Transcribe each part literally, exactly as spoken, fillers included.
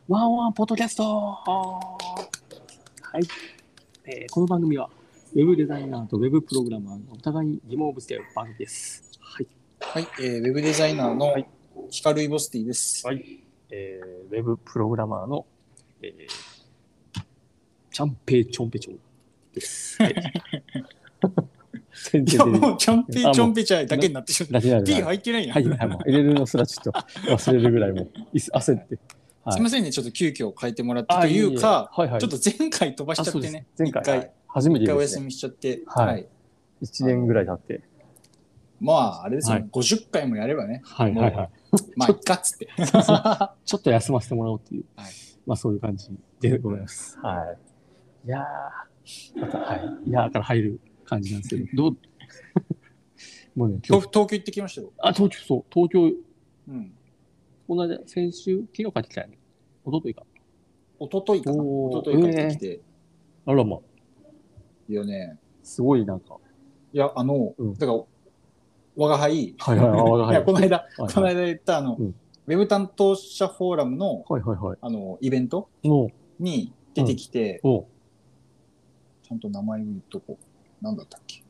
ワンワンポッドキャストは、はい、えーこの番組はウェブデザイナーとウェブプログラマーがお互いに疑問をぶつけ合う番組です。はい、 はい、えー、ウェブデザイナーのはいヒカルイボスティです。 はいえー、ウェブプログラマーの、えー、チャンペイチョンペチョンです。はい、全いや、 然出てもうチャンペイチョンペチャだけになってしまった。 だけなる P 入ってないやん。 はいはいもう入れるのすらちょっと忘れるぐらいもういす焦って。はい、 すみませんね、ちょっと急遽変えてもらってあというか、 いえいえはいはい、 ちょっと前回飛ばしちゃってね、 前回一回、 はい初めて一回おですね。 休みしちゃって、 はいはい。 いちねんぐらい経って。 まあ、あれですよ、 はいごじゅっかいもやればね、 はいはいはい。 まあ、いっかっつって。 ちょっと休ませてもらおうっていう、 はい、 まあそういう感じでございます。はい。いやー、また、はい。いやーから入る感じなんですけど、どうもうね、今日、 東東京行ってきましたよ。 あ、東京、そう、東京、 うん。 この間、先週、昨日帰ってきたよね。一昨日か。 一昨日かな。 おー一昨日帰ってきて。 あらまあ、 いやね、 すごいなんか、 いや、あの、 うんだから、我が輩、 はいはい、我が輩いや、この間、 はいはいこの間言ったあの、 うんウェブ担当者フォーラムの、 はいはいはい。 あの、イベントおうに出てきて、 おうちゃんと名前を言っとこう。なんだったっけ。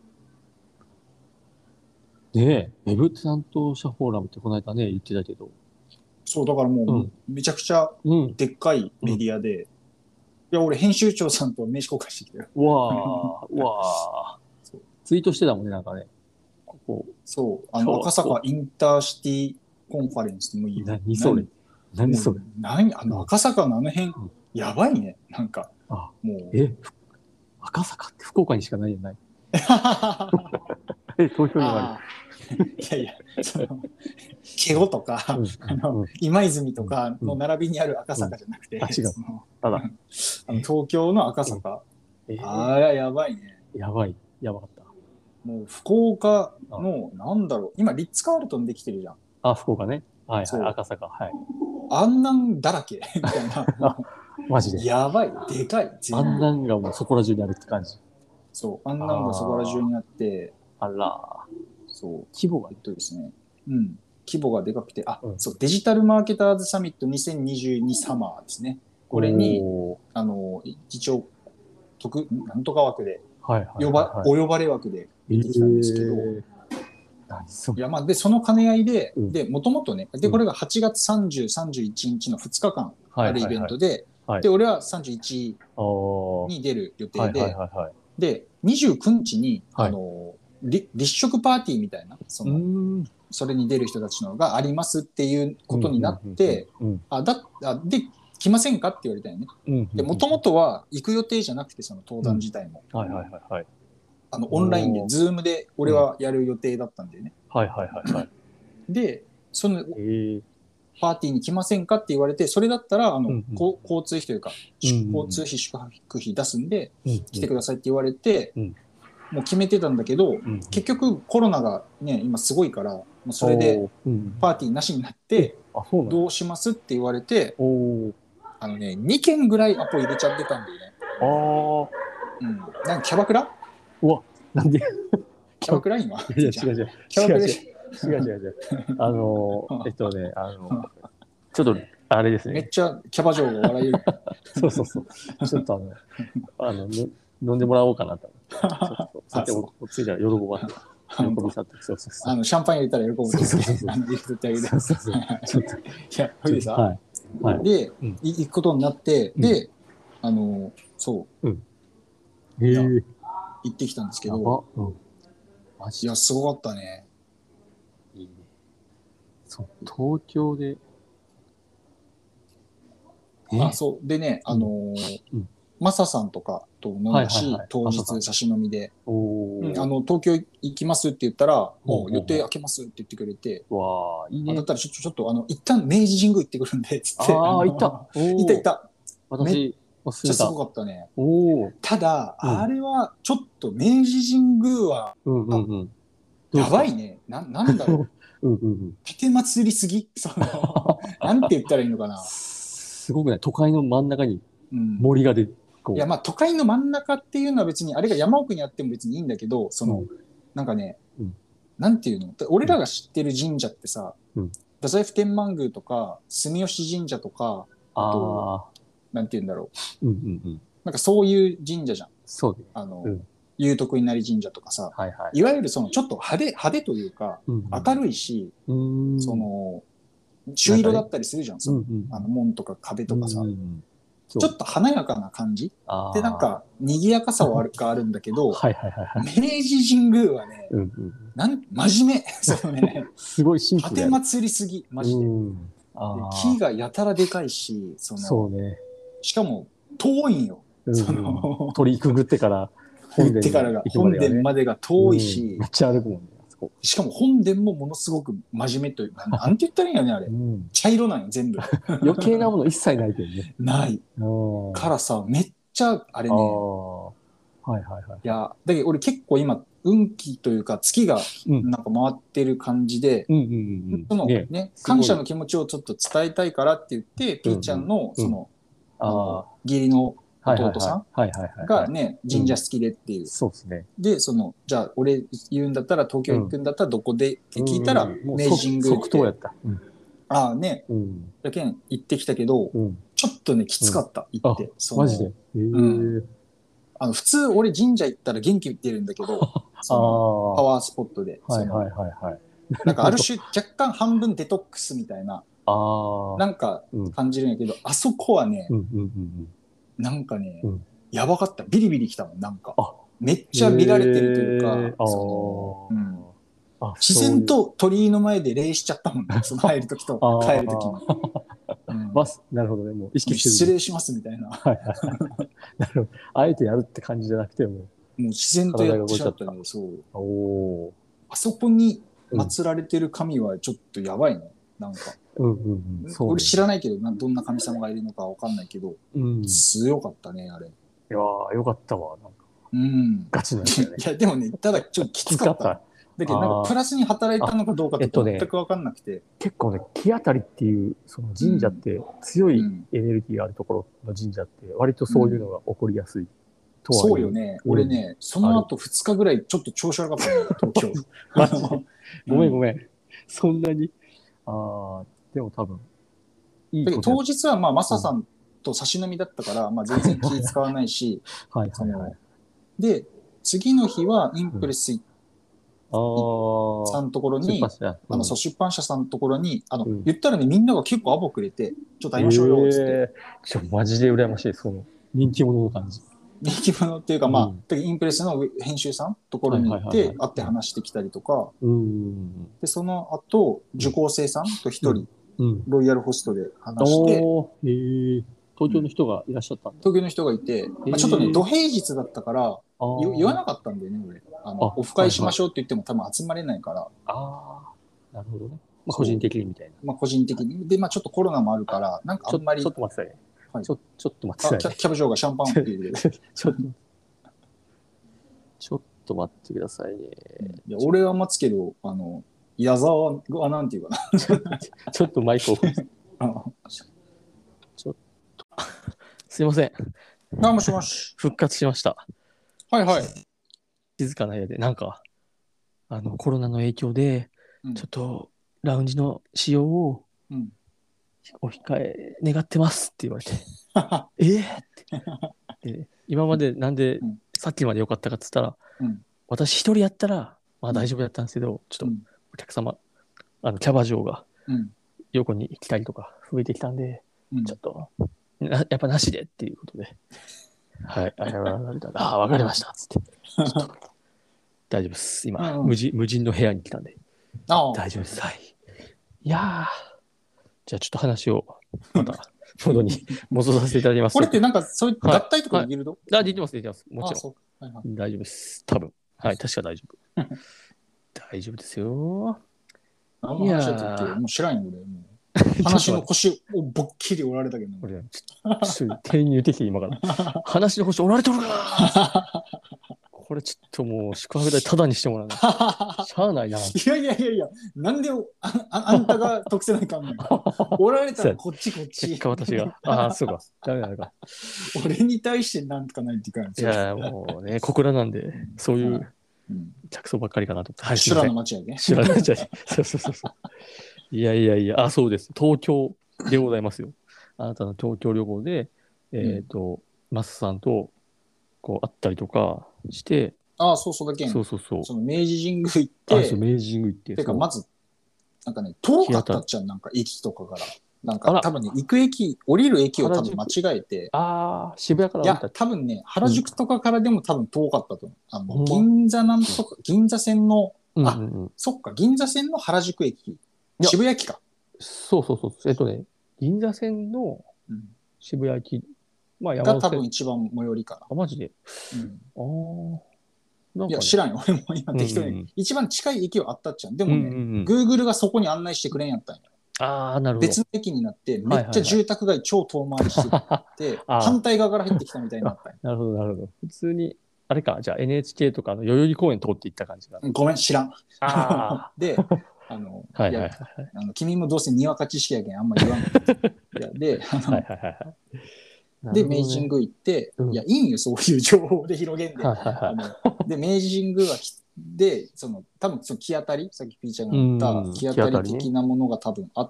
で、ウェブ担当者フォーラムってこの間ね、言ってたけど、 そう、だからもう、 うんめちゃくちゃうん。 でっかいメディアで、いや、俺、編集長さんと名刺交換してきたよ。 うわー、うわー。 そうツイートしてたもんね、なんかね。ここ、 そう、あの、 そう赤坂インターシティコンファレンスってもういい。 何それ何それ何あの、赤坂のあの辺、 んやばいね。なんか、 あ、 もう。 え、赤坂って福岡にしかないじゃないえ、東京にもああーいやいや、その、ケゴとか、 うんあの、 うん今泉とかの並びにある赤坂じゃなくて、 うんあ違うそのただ、 あの東京の赤坂、 えーあら、やばいね。 やばい、やばかった。 もう福岡の、なんだろう、今、リッツ・カールトンできてるじゃん。 あ、福岡ね。はいそうはい、赤坂、はい。 あんなんだらけみたいな。 マジで。 やばい、でかい、全部あんなんがもうそこら中にあるって感じ。 そう、あんなんがそこら中にあって、 あら、 そう、 規模がえっとですね、うん、規模がでかくて、あ、 うんそう、デジタルマーケターズサミットにせんにじゅうにサマーですね。これに、 おーあの、一応、特、なんとか枠で、 はいはいはい呼ば、 はい、 お呼ばれ枠で行ってきたんですけど、 えー何それいや、まあ、で、その兼ね合いで、 うんで、もともとね、で、これがはちがつさんじゅう、さんじゅういちにちのふつかかんあるイベントで、 はいはいで、俺はさんじゅういちおーに出る予定で、 はいはいはいはい。 で、にじゅうくにちに、 はいあの、立立食パーティーみたいな、そうの、 ーんそれに出る人たちのがありますっていうことになって、 うんうんあ、だ、あ、で、来ませんかって言われたよね。 うんうんで、もともとは行く予定じゃなくて、その登壇自体も、 はいはいはいはい。 あの、オンラインで、 おーズームで俺はやる予定だったんでね。 はいはいはいはい。 で、その、 えー、 パーティーに来ませんかって言われて、それだったら、あの、 うんうんこう交通費というか、 うんうんうん交通費、宿泊費出すんで、 うん来てくださいって言われて、 うんもう決めてたんだけど、 うん結局コロナがね、今すごいから、もうそれでおーうんパーティーなしになって、 あ、そうなんだ。 どうしますって言われて、 おーあのね、にけんぐらいアポ入れちゃってたんだよね。 あーうん。なんかキャバクラうわ、なんでキャバクラ今。 いや違う違う。 キャバクラ違う違う違う違う違う。あのー、えっとね、あの、ちょっと、あれですね。 めっちゃキャバ嬢が笑える。 そうそうそう。ちょっとあの、あの、ぬ飲んでもらおうかなと。ちょっと、さて、おついたら喜ばって、喜びさって、そうそうそう。 あの、シャンパン入れたら喜ぶんでそうそうそうあの、入れとってあげて。 そうそうそう。ちょっと、 いや、それでさ、 はい。はい。 で、 うんい行くことになって、 うんで、あの、そう、 えー、 行ってきたんですけやばど、。 うん。マジいや、すごかったね。 いいね。そう、東京で、えあ、そう。でね、あのーうんマサさんとかと飲んだし、 はいはいはい当マサさん日差し飲みで、 おー。 うんあの、東京行きますって言ったら、 ほうほうほうもう予定開けますって言ってくれて、 わあ、いいねあだっ。たらちょっと、ちょっと、あの、一旦明治神宮行ってくるんで、つって。 ああ、 のいた。 いたいた。め私、忘れた。 めっちゃすごかったね。 おお。 ただ、 うんあれは、ちょっと明治神宮は、 うんうんうん。 やばいね。な、なんだろう。 うんうんうん。 盾祭りすぎその、なんて言ったらいいのかな。 すごくね、都会の真ん中にうん。 森がで、こう。 いや、まあ、都会の真ん中っていうのは別に、あれが山奥にあっても別にいいんだけど、その、 うんなんかね、 うんなんていうの俺らが知ってる神社ってさ、 うん太宰府天満宮とか、住吉神社とか、 ああ。 なんて言うんだろう。うんうんうん。 なんかそういう神社じゃん。 そうね。 あの、 うん、 祐徳稲荷神社とかさ、 はいはい。 いわゆるそのちょっと派手、派手というか、 うんうん、 明るいし、 うーん、 その、朱色だったりするじゃん、その、 うんうん、 あの門とか壁とかさ、 うんうん、 ちょっと華やかな感じで、なんか、賑やかさはあるがあるんだけど、 はいはいはいはい。 明治神宮はね、 うんうん、 なん真面目。そのね、 すごいシンプル立て祭りすぎ、マジで。 うん、 であ木がやたらでかいし、その、 そうね。 しかも遠いんよ。 うん、 その、 鳥居くぐってから本本殿殿からが、 に行くまでが、ね、 本殿までが遠いし、 うん、めっちゃ歩くもんね、あそこ。 しかも本殿もものすごく真面目というか、なんて言ったらいいんやね、あれ。うん、茶色なんよ、全部。 余計なもの一切ないけどね。 ない。からさ、めっちゃ、あれね。 はいはいはい。 いや、だけど俺結構今、運気というか月がなんか回ってる感じで、そのね、ね感謝の気持ちをちょっと伝えたいからって言って、ピーちゃんのその、あの、義理の弟さんがね、神社好きでっていう。 そうですね。 で、その、じゃあ俺言うんだったら東京行くんだったらどこでって聞いたら、明治神宮即答やった。 ああね、だけん行ってきたけど、ちょっとね、きつかった、行って。 マジでうんあの普通俺神社行ったら元気出るんだけど、そのパワースポットで。 はいはいはいはい。 なんかある種若干半分デトックスみたいな、なんか感じるんやけど、あそこはね、なんかね、やばかった。ビリビリきたもん、なんか。めっちゃ見られてるというか、その、自然と鳥居の前で礼しちゃったもんね、その入るときと帰るときに。 なるほどね、もう意識してる。 失礼しますみたいな。 なるほど。あえてやるって感じじゃなくても。もう自然とやっちゃったね、そう。おあそこに祀られてる神はちょっとやばいね、なんか。俺知らないけど、どんな神様がいるのかわかんないけど、強かったね、あれ。いやー、よかったわ、なんか。 うん。 ガチなんですよね。 いや、でもね、ただちょっときつかった。だけど、なんかプラスに働いたのかどうかって全く分かんなくて、えっとね、 結構ね、木当たりっていうその神社って、うん、強いエネルギーがあるところの神社って割とそういうのが起こりやすい、うん、 とはそうよね、うん、俺ねその後ふつかぐらいちょっと調子悪かったの東京マジでごめんごめん、うん、そんなにああでも多分いいだけど当日はまあマサさんと差し飲みだったから、まあ、全然気使わないしはいはい、はい、で次の日はインプレス行って、うんさんのところに、うん、あのそう出版社さんのところにあの、うん、言ったらねみんなが結構アポくれてちょっと会いましょうよっつって、えー、ちょマジで羨ましいその人気者の感じ人気者っていうか、うん、まあインプレスの編集さんのところに行って会って話してきたりとか、うん、でその後受講生さんと一人、うん、ロイヤルホストで話して、 おーへー東京の人がいらっしゃったんだ、 東京の人がいて、まあ、ちょっとね土平日だったから言わなかったんだよね俺あのオフ会しましょうって言っても多分集まれないからああなるほどね、まあ、個人的にみたいなまあ個人的にでまあちょっとコロナもあるからなんかあんまりちょっと待ってたね、はい、ちょちょっと待ってください、 キャバ嬢がシャンパンをっていうちょっとちょっと待ってくださいね、 いや俺は待つけどあの矢沢はなんていうかなちょっとマイクをちょっとすいませんあもしもし復活しましたはいはい静かな部屋でなんかあのコロナの影響で、うん、ちょっとラウンジの使用をお控え願ってますって言われて、うん、えー、って今までなんで、うん、さっきまで良かったかっつったら、うん、私一人やったらまあ大丈夫だったんですけど、うん、ちょっとお客様あのキャバ嬢が横に来たりとか増えてきたんで、うん、ちょっとやっぱなしでっていうことで、はい、ああ分かりましたっつって大丈夫です。今、うんうん、無人、無人の部屋に来たんで。大丈夫です。はい。いやー。じゃあちょっと話を、また、元に戻させていただきます。 これってなんか、そういう合体とかできるの、はいはい、あ、できます、できます。もちろん。はいはい、大丈夫です。多分。はい、確か大丈夫。大丈夫ですよ。 何の話だったっけもう知らんよ、俺。もう話の腰をぼっきり折られたけど。 俺、ちょっと、ちょっと転入的に今から。話の腰折られとるかなこれちょっともう宿泊代タダにしてもらうな。しゃあないな。いやいやいやいや、なんで あ, あ, あんたが得せないかんのよ。おられたらこっちこっち。 結果私が。ああ、そうか。ダメなのか。 俺に対してなんとかないっていかんですよ。いや、もうね、小倉なんで、そういう着想ばっかりかなと思って。はい、 修羅の町やね。 修羅の町やね。そうそうそうそう。いやいやいや、あ、そうです。東京でございますよ。 あなたの東京旅行で、えっ、ー、と、マスさんと、こう、会ったりとかして、 ああ、そうそうだけん。 そうそうそう。 その明治神宮行って、 あ、そう、明治神宮行って。 てか、まず、なんかね、遠かったっちゃん、なんか駅とかから。なんか、多分ね、行く駅、降りる駅を多分間違えて。 ああ、渋谷から降りた。いや、多分ね、原宿とかからでも多分遠かったと思う。あの、銀座なんとか、銀座線の、あ、うんうんうん、そっか、銀座線の原宿駅。渋谷駅か。 そうそうそう。えっとね、銀座線の渋谷駅、 うん、まあ山手線が多分一番最寄りかな。 あ、マジで。うん、ああ。 いや、知らんよ。俺も今適当に、うんうん。一番近い駅はあったっちゃん。でもね、うんうんうん、Google がそこに案内してくれんやったんや。 ああ、なるほど。 別の駅になって、めっちゃ住宅街超遠回りしてて、反対側から入ってきたみたいになったんや。 なるほど、なるほど。普通に、あれか、じゃあ エヌエイチケー とかの代々木公園通っていった感じだ。 ごめん、知らん。で、あの、はいはいはい、あの君もどうせにわか知識やけんあんま言わんいやで、あの、はいはいはい、で、明治神宮行って、うん、いや、いいんよ、そういう情報で広げんで。はいはいはい、あので、明治神宮はで、その、多分その木当たり、さっきピーちゃんが言った木当たり的なものが多分あって、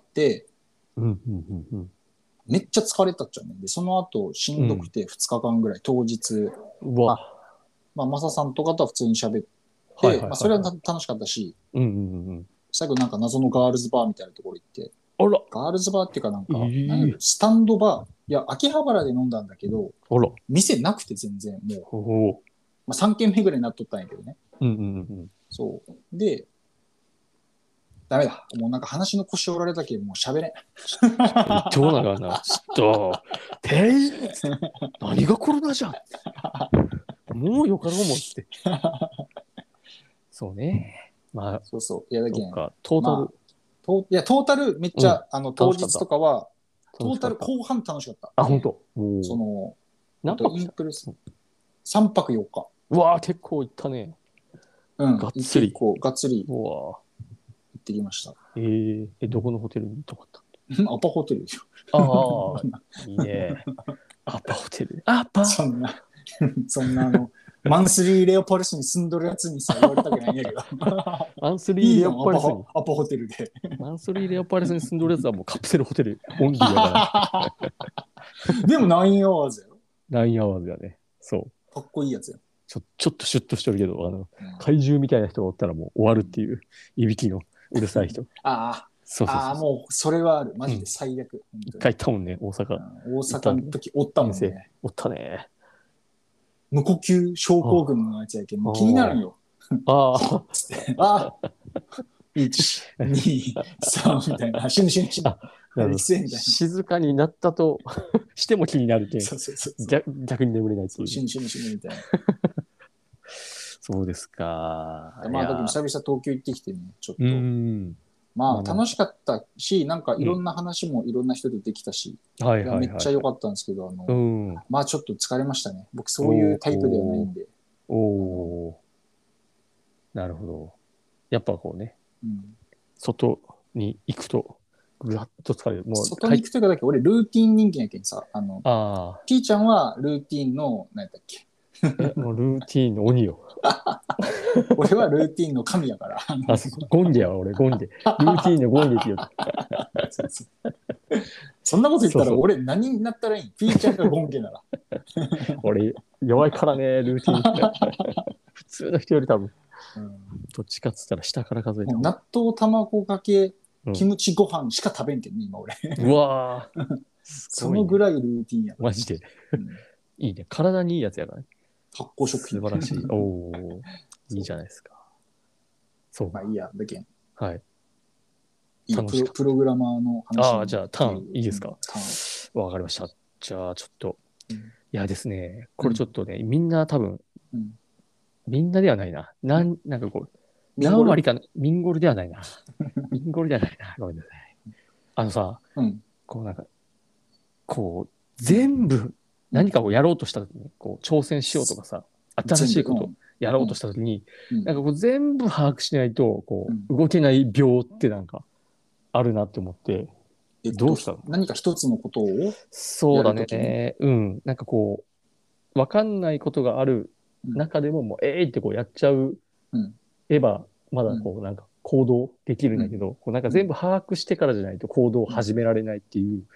うんうんうんうん、めっちゃ疲れたっちゃうね。で、その後、しんどくてふつかかんぐらい、当日、うん、あまあ、マサさんとかとは普通に喋って、はいはいはいはい、まあ、それは楽しかったし、うんうんうん、最後なんか謎のガールズバーみたいなところ行って、あらガールズバーっていうかなんか、えー、なんスタンドバー、いや、秋葉原で飲んだんだけど、あら店なくて全然もう、まあ、さんけんめぐらいになっとったんやけどね。うんうんうん、そう。で、ダメだ。もうなんか話の腰折られたけど、もう喋れん。 どうなのかな。ちょっと、店員何がコロナじゃん。もうよかろうもって。そうね。まあ、 そうそう。いやだけん。 トータル、まあト。いや、トータルめっちゃ、うん、あの、当日とかは、トータル後半楽しかった。 あ、本当。 その、 何泊インプレス。さんぱくよっか。 うわぁ、結構行ったね。 うん。がっつり。結構、がっつり。うわ行ってきました。 えー、え、どこのホテルに泊まったのアパホテルでしょ。 ああ、いいね。アパホテル。アパそんな、そんなあの、マンスリーレオパレスに住んどるやつにさ、言われたくないんやけど。 マンスリーレオパレスに。 アパホテルで。 マンスリーレオパレスに住んどるやつはもうカプセルホテルオンリーやから。 でもナインアワーズやろ。 ナインアワーズやね。そう。 かっこいいやつや。 ちょ、ちょっとシュッとしてるけど、あの、うん、怪獣みたいな人がおったらもう終わるっていう、いびきのうるさい人。 ああ。そうそうそうそう。ああ、もう、それはある。マジで最悪。 うん、一回行ったもんね、大阪。 うん、大阪の時おったもんね。 おったね。 無呼吸症候群のやつやけど、気になるんよ。ああ。つって。ああ。いち、に、さんみたいな。死ぬ死ぬ死ぬ。 静かになったとしても気になるけん。そうそうそうそう逆。逆に眠れないっていう。 死ぬ死ぬ死ぬみたいな。 そうですか。 まあ、だけど久々東京行ってきてね、ちょっと。うんまあ、楽しかったし、なんかいろんな話もいろんな人とできたし、はいはい、めっちゃ良かったんですけど、あの、うん、まあちょっと疲れましたね。僕そういうタイプではないんで。おお。 なるほど。やっぱこうね、うん、外に行くと、ぐらっと疲れる。 もう外に行くというかだけ俺ルーティン人間やけんさ、あの、あピーちゃんはルーティンの、何やったっけえ、もうルーティーンの鬼よ。 俺はルーティーンの神やから。 あ、そうゴンゲやわ、俺、ゴンゲ。ルーティーンのゴンゲって言うと。 そうそうそんなこと言ったら俺何になったらいいんピーちゃんがゴンゲなら。 俺、弱いからね、ルーティーン。普通の人より多分。うん、どっちかっつったら下から数えて。 納豆卵かけ、キムチご飯しか食べんけんね、今俺。うわー。ね、そのぐらいルーティーンや。 マジで。うん、いいね。体にいいやつやからね。 発酵食品。 素晴らしい。おお、いいじゃないですか。 そう。まあいいや、だけん。 はい。 いいプロ、プログラマーの話。 ああ、じゃあ、ターンいいですか。ターン。わかりました。じゃあ、ちょっと。うん、いやですね、これちょっとね、うん、みんな多分、うん、みんなではないな。なん、なんかこう、何割か、ミンゴルではないな。ミンゴルではないな。ごめんなさい。あのさ、うん、こうなんか、こう、全部、何かをやろうとしたときに、こう、挑戦しようとかさ、新しいことをやろうとしたときに、うん、なんかこう、全部把握しないと、こう、動けない病ってなんか、あるなって思って、 えっと、どうしたの？何か一つのことをそうだね。うん。なんかこう、わかんないことがある中でも、もう、えーってこうやっちゃう、えば、まだこう、なんか行動できるんだけど、こうなんか全部把握してからじゃないと行動を始められないっていう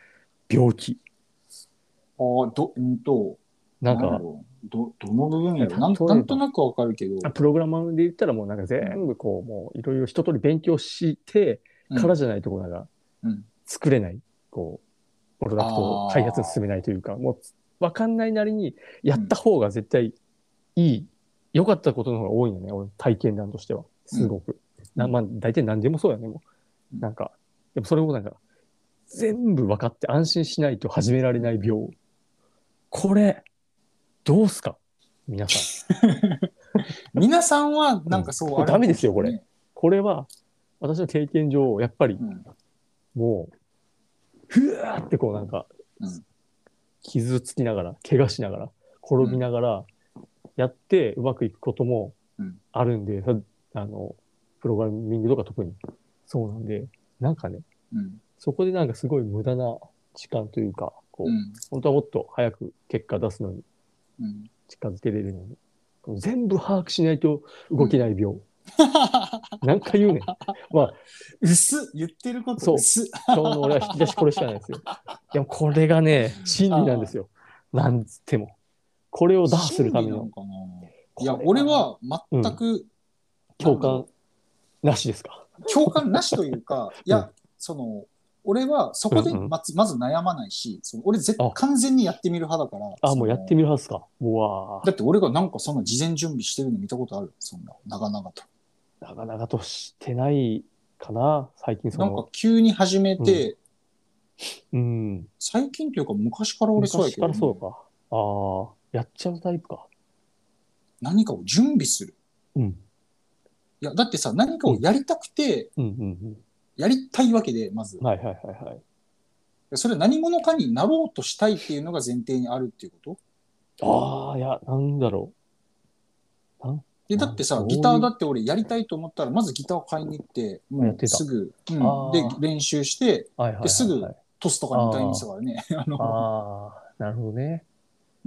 病気。 ああ、ど、うんと、 なんか、 ど、どの部分やろなんなんとなくわかるけど。 プログラマーで言ったらもうなんか全部こう、もういろいろ一通り勉強してからじゃないところが作れない、こう、プロダクトを開発に進めないというか、もうわかんないなりにやった方が絶対いい、良かったことの方が多いのね、俺体験談としては。すごく。なまあ、大体何でもそうやね、もう。なんか、でもそれもなんか、全部分かって安心しないと始められない病。これ、どうすか皆さん。 皆さんはなんかそうある、 うん、これダメですよ、これ。これは、私の経験上、やっぱり、うん、もう、ふわーってこうなんか、うん、傷つきながら、怪我しながら、転びながら、やってうまくいくこともあるんで、うん、あの、プログラミングとか特にそうなんで、なんかね、うん、そこでなんかすごい無駄な時間というか、こう、うん、本当はもっと早く結果出すのに近づけれるのに、うん、全部把握しないと動けない病。うん、何回言うねん。まあ、 薄言ってること薄。 今日の俺は引き出しこれしかないですよ。でもこれがね、真理なんですよ。なんつっても。これを打破するための。 いや、俺は全く、うん、 共感なしですか。 共感なしというか、いや、うん、その、俺はそこでまず、まず悩まないし、その俺絶完全にやってみる派だから。 あ、もうやってみる派ですか。うわだって俺がなんかそんな事前準備してるの見たことあるそんな、長々と。 長々としてないかな、最近その。 なんか急に始めて、うん。うん、最近というか昔から俺そうやけど、ね。 昔からそうか。ああ、やっちゃうタイプか。 何かを準備する。うん。いや、だってさ、何かをやりたくて、うんうんうん、やりたいわけで、まず。 はいはいはいはい。 それは何者かになろうとしたいっていうのが前提にあるっていうこと？ ああ、いや、なんだろう。なんでだってさ、ギターだって俺やりたいと思ったら、まずギターを買いに行って、もうすぐ、うん、で、練習して、はいはいはいはい、ですぐトスとかに歌いにしたからね。 ああ、なるほどね。うん。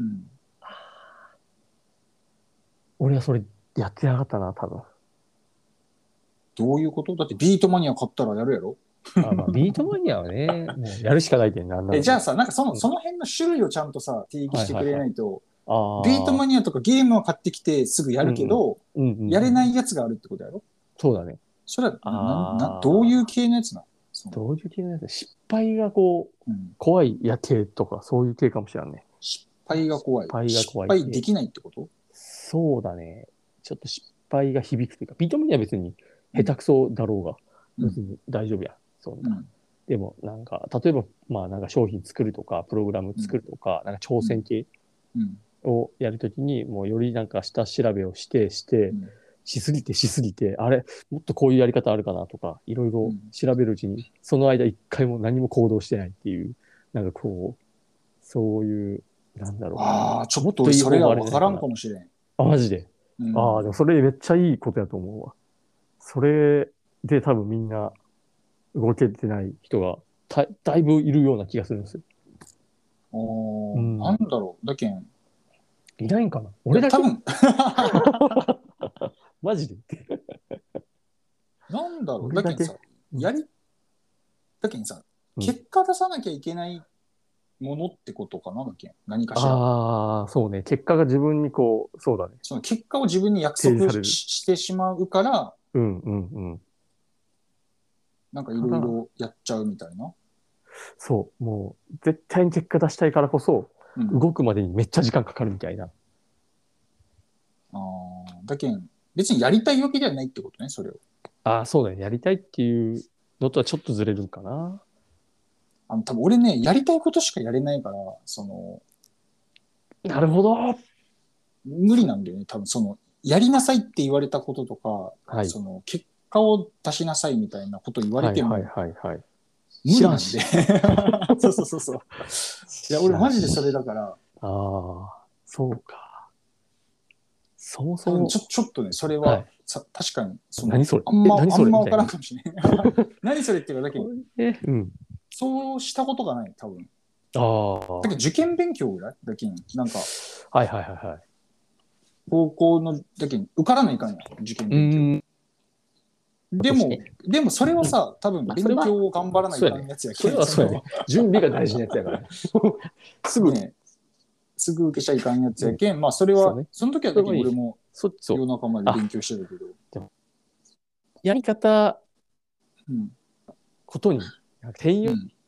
俺はそれやってなかったな、多分。 どういうことだってビートマニア買ったらやるやろあまあ、ビートマニアはね、もうやるしかないけんな。 え、じゃあさ、なんかその、うん、その辺の種類をちゃんとさ、定義してくれないと、はいはいはい、ビートマニアとかゲームを買ってきてすぐやるけど、うんうん、やれないやつがあるってことやろ？ そうだね。 それはなな、どういう系のやつなの？ どういう系のやつ？失敗がこう、うん、怖いや系とか、そういう系かもしれないね。 失敗が怖い。失敗が怖い。失敗できないってこと？ そうだね。ちょっと失敗が響くというか、ビートマニアは別に下手くそだろうが、うん、別に大丈夫や。そんな。うんでもなんか、例えば、まあなんか商品作るとか、プログラム作るとか、うん、なんか挑戦系をやるときに、もうよりなんか下調べをして、して、うん、しすぎてしすぎて、あれ、もっとこういうやり方あるかなとか、いろいろ調べるうちに、その間一回も何も行動してないっていう、なんかこう、そういう、なんだろう。 ああ、ちょっとそれがわからんかもしれん。 あ、マジで。うん、ああ、でもそれめっちゃいいことやと思うわ。それで多分みんな、動けてない人がだだいぶいるような気がするんですよ。 おー、うん、なんだろう。だけん。 いないんかな俺だけ多分。 マジでなんだろう。だけんさ、やり、だけんさ、うん、結果出さなきゃいけないものってことかなだけん。何かしら。 ああ、そうね。結果が自分にこう、そうだね。 その結果を自分に約束 し, してしまうから、 うんうんうん。 なんかいろいろやっちゃうみたいな。 そう、もう絶対に結果出したいからこそ、うん、動くまでにめっちゃ時間かかるみたいな。 ああ、だけん、別にやりたいわけではないってことね、それを。 ああ、そうだね。やりたいっていうのとはちょっとずれるんかな。 あの、多分俺ね、やりたいことしかやれないから、その、 なるほど。 無理なんだよね、多分その、やりなさいって言われたこととか、はい、その、結果を出しなさいみたいなこと言われても、はいはいはいはい。無理なんで。そうそうそうそう。いや、俺マジでそれだから。ああ、そうか。そもそも。 ちょ、ちょっとね、それは、はい、さ確かに、 その何それあんま、あんま分からんかもしれない。何それっていうか、だけど、えうん、そうしたことがない、多分。ああ。だけど受験勉強ぐらいだけに、なんか。 はいはいはいはい。 高校の、だけに受からないかんや、受験勉強。 でも、でもそれはさ、多分勉強を頑張らないといけないやつやけど、 それはそうやね。準備が大事なやつやから。 すぐね、すぐ受けちゃいかんやつやけん、まあそれは、その時はだけ俺も夜中まで勉強してるけど。 やり方、ことに、転用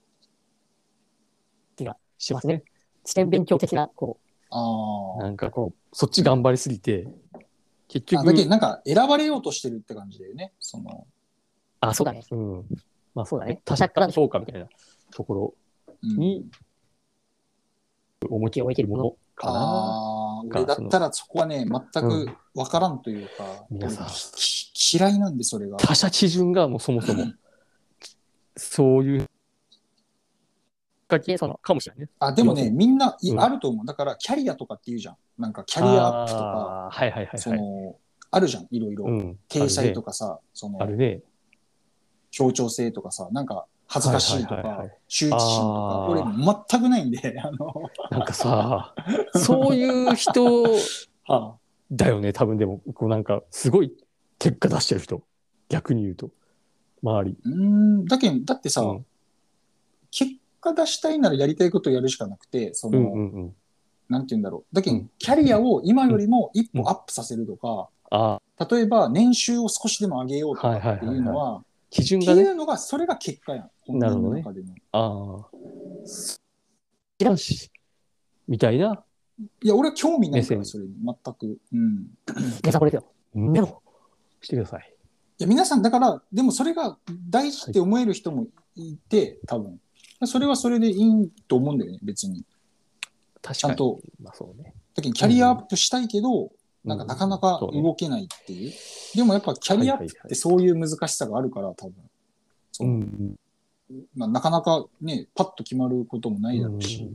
気がしますね。試験勉強的な、こう、あなんかこう、そっち頑張りすぎて、結局。 だけどなんか選ばれようとしてるって感じだよね。その。 あ、そうだね。うん。まあそうだね。他者からの評価みたいなところに、重きを置いてるものかな。 ああ、俺だったらそこはね、全く分からんというか、皆さん嫌いなんで、それが。 他者基準がもうそもそも、そういう、かもしれないね。 あ、でもね、みんな、うん、あると思う。だから、キャリアとかって言うじゃん。なんか、キャリアアップとか、 はいはいはい、はい。 その、あるじゃん、いろいろ。うん、体裁とかさ、その、 あるね。 協調性とかさ、なんか、恥ずかしいとか、羞恥心とか、俺、全くないんで、あの。 なんかさ、そういう人だよね、多分でも、こうなんか、すごい結果出してる人。逆に言うと。周り。 うん、だけど、だってさ、うん、結果出したいならやりたいことをやるしかなくて、その、うんうんうん、なんて言うんだろう。だけど、キャリアを今よりも一歩アップさせるとか、うん、例えば年収を少しでも上げようとかっていうのは、はいはいはいはい、基準がね。っていうのが、それが結果やん。本人の中での。ああ。 知らんし。みたいな。 いや、俺は興味ないから、それに。全く。うん。 皆さん、これだよ。でも、してください。 いや、皆さん、だから、でもそれが大事って思える人もいて、多分。それはそれでいいと思うんだよね、別に。確かに。ちゃんと。まあそうね。だけど、キャリアアップしたいけど、うん、なんかなかなか動けないっていう。うん、ね、でもやっぱキャリアアップってそういう難しさがあるから、多分。そう。うんまあ、なかなかね、パッと決まることもないだろうし。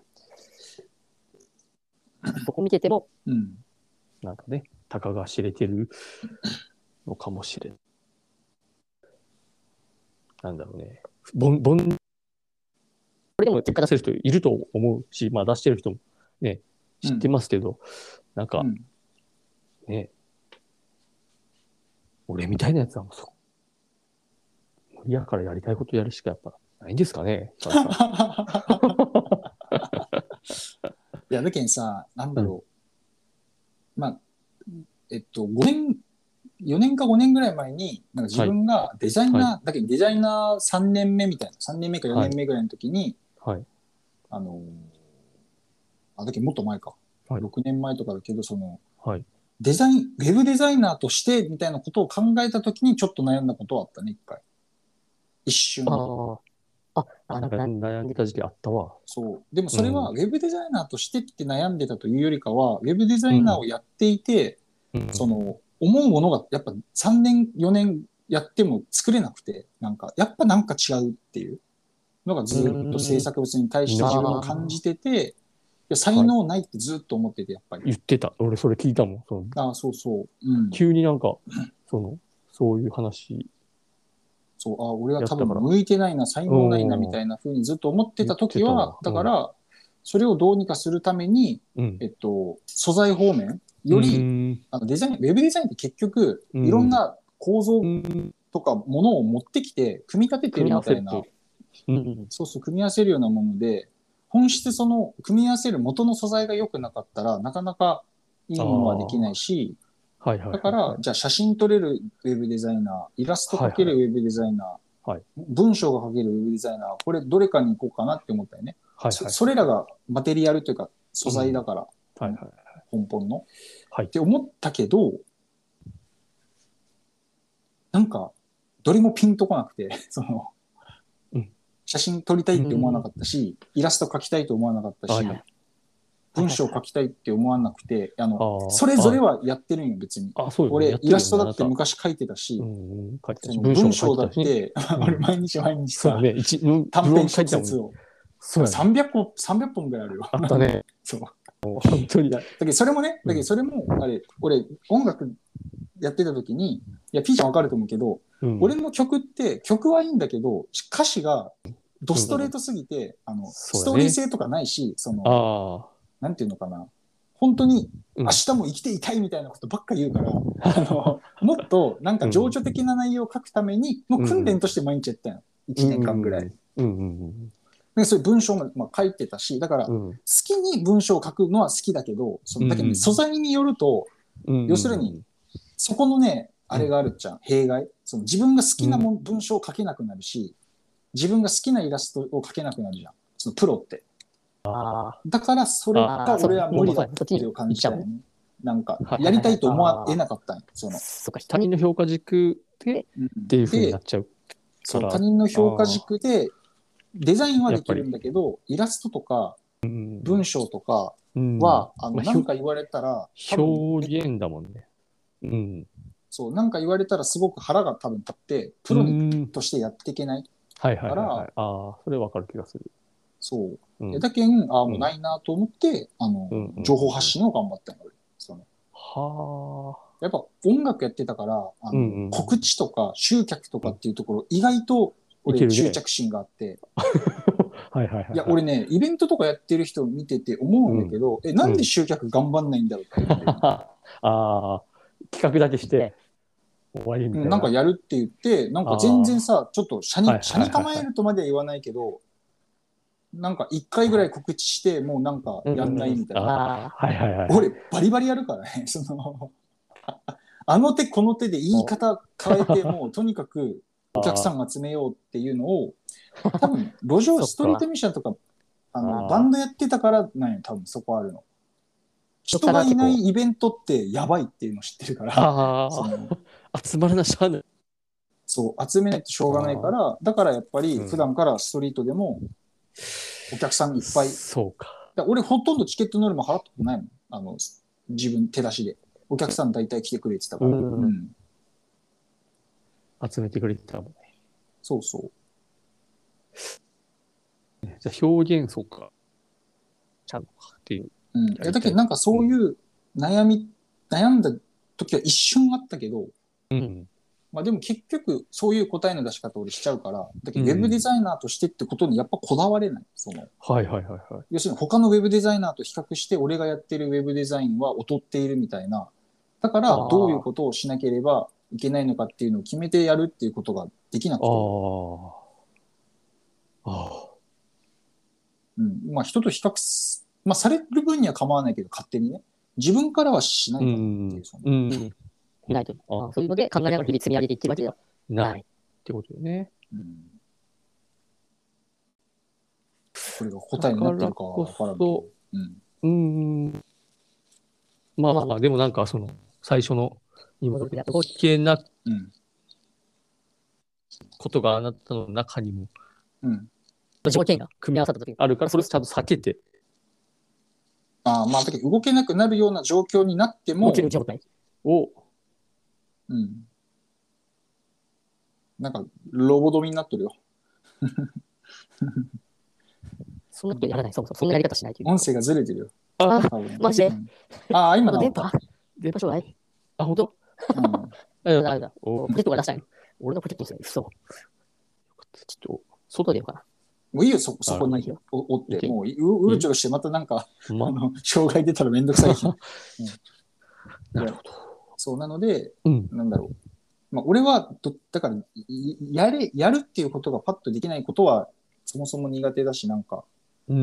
そこ見てても、うん、なんかね、たかが知れてるのかもしれん。なんだろうね。ぼん、ぼん、これでも結果出せる人いると思うし、まあ出してる人もね、知ってますけど、うん、なんか、うん、ね、俺みたいなやつはもうそ嫌からやりたいことやるしかやっぱないんですかね。 いや、だけんさ、なんだろう。うん、まあ、えっと、ごねん、よねんかごねんぐらい前に、なんか自分がデザイナー、はい、だけどデザイナーさんねんめみたいな、さんねんめかよねんめぐらいの時に、はい、あのー、あ、だけどもっと前か。はい、ろくねんまえとかだけど、その、はい、デザイン、ウェブデザイナーとしてみたいなことを考えた時にちょっと悩んだことはあったね、一回。一瞬。ああ、あ、なんか悩んでた時期あったわ。 そう。でもそれはウェブデザイナーとしてって悩んでたというよりかは、ウェブデザイナーをやっていて、うん、その、思うものがやっぱさんねん、よねんやっても作れなくて、なんか、やっぱなんか違うっていうのがずっと制作物に対して自分は感じてて、いや才能ないってずっと思ってて、やっぱり。 言ってた。俺それ聞いたもん。そああ、そうそう。 うん、急になんか、その、そういう話。 そう、あ、俺は多分向いてないな、才能ないな、みたいな風にずっと思ってた時は、だから、それをどうにかするために、うん、えっと、素材方面、より、あのデザイン、ウェブデザインって結局、いろんな構造とかものを持ってきて、組み立ててるみたいな、うん、そうそう、組み合わせるようなもので、本質その、組み合わせる元の素材が良くなかったら、なかなかいいものはできないし、はいはいはいはい、だから、じゃあ写真撮れるウェブデザイナー、イラスト描けるウェブデザイナー、はいはい、文章が書けるウェブデザイナー、これどれかに行こうかなって思ったよね。はいはい、そ, それらがマテリアルというか素材だから、うんはいはいはい、根本の、はい。って思ったけど、なんか、どれもピンとこなくて、その、うん、写真撮りたいって思わなかったし、イラスト描きたいと思わなかったし、はいはい文章を書きたいって思わなくて、あの、それぞれはやってるんよ、別に。あそうよね、俺、イラストだって昔書いてたし、うん書いてたし文章だって、俺毎日毎日さ、ね、短編小説を、そうさんびゃっこ、さんびゃっぽんぐらいあるよ。 あったね。 そう。本当に。だけど、それもね、だけど、それも、あれ、俺、音楽やってた時に、いや、ピーちゃんわかると思うけど、俺の曲って、曲はいいんだけど、歌詞が、ドストレートすぎて、あの、ストーリー性とかないし、その、なんていうのかな。 本当に明日も生きていたいみたいなことばっか言うから、うん、あのもっとなんか情緒的な内容を書くために、もう訓練として毎日やったんよ。いちねんかんぐらい。でそういう文章も、まあ、書いてたし、だから、好きに文章を書くのは好きだけど、そのだけど、ね、素材によると、要するに、そこのね、あれがあるじゃん、弊害。その自分が好きなもん、文章を書けなくなるし、自分が好きなイラストを描けなくなるじゃん。そのプロって。あだからそれが俺は無理だっていう感じだよね。なんか、やりたいと思わえなかったんよ。そのそっか、他人の評価軸でっていう風になっちゃう。 そう、他人の評価軸で、デザインはできるんだけど、イラストとか、文章とかは、あの、なんか言われたら、 表現だもんね。うん。 そう、なんか言われたらすごく腹が多分立って、プロとしてやっていけない。 はいはいはい。ああ、それわかる気がする。 そう。うん、だけん、ああ、もうないなと思って、あの、情報発信を頑張ったの、俺。そのはあ。やっぱ音楽やってたから、あの、告知とか集客とかっていうところ、意外と俺執着心があって。はいはいはい。いや、俺ね、イベントとかやってる人見てて思うんだけど、え、なんで集客頑張んないんだろうって思って。ああ、企画だけして。終わりみたいな。 なんかやるって言って、なんか全然さ、ちょっと車に、車に構えるとまでは言わないけど、なんか一回ぐらい告知して、もうなんかやんないみたいな。はいはいはい。俺、バリバリやるからね。その、あの手この手で言い方変えて、もうとにかくお客さん集めようっていうのを、多分、路上ストリートミュージシャンとか、あの、バンドやってたからなんよ、多分そこあるの。人がいないイベントってやばいっていうの知ってるから、その集まらなしゃあない。 そう、集めないとしょうがないから、だからやっぱり普段からストリートでもお客さんいっぱい。 そうか。 だ俺ほとんどチケットノルマ払ったことないもん。あの、自分手出しで。お客さん大体来てくれてたから。うんうん、 集めてくれてたもんね。 そうそう。 じゃあ表現、そうか。ちゃんとかっていう。 うん。だけどなんかそういう悩み、うん、悩んだ時は一瞬あったけど、うん。まあでも結局そういう答えの出し方を俺しちゃうから、だけどウェブデザイナーとしてってことにやっぱこだわれない。そのはいはいはいはい。 要するに他のウェブデザイナーと比較して俺がやってるウェブデザインは劣っているみたいな。だからどういうことをしなければいけないのかっていうのを決めてやるっていうことができなくて。ああ。うん。まあ人と比較す、まあされる分には構わないけど勝手にね。自分からはしないからっていう。そのうんうんないと。ああ、そういうので考えながら日々積み上げていってるわけではない。ってことよね。うん。 これが答えになってるかは分からんけど。うん。うん。 まあまあ、でもなんかその、最初の、今、動けなことがあなたの中にも、うん。条件が組み合わさった時にあるから、それをちゃんと避けて。 ああ、まあ、だけど動けなくなるような状況になっても、 動ける状態を、 うん。なんか、ロボドミになっとるよ。 そんなことやらない。そうそう。そんなやり方しないという。 音声がずれてるよ。 ああ、マジで、うん、 ああ、今の。 電波電波障害あ、ほんとうん。あれだ、あれだ。ポケットが出したいの。俺のポケットにする。そう。ちょっと、外出ようかな。 もういいよ、そ、そこにおって。もうう、うるちょろして、またなんか、あの、障害出たらめんどくさい。うん、なるほど。そう、なので、うん、なんだろう。まあ、俺はど、だから、やれ、やるっていうことがパッとできないことは、そもそも苦手だし、なんか。うん。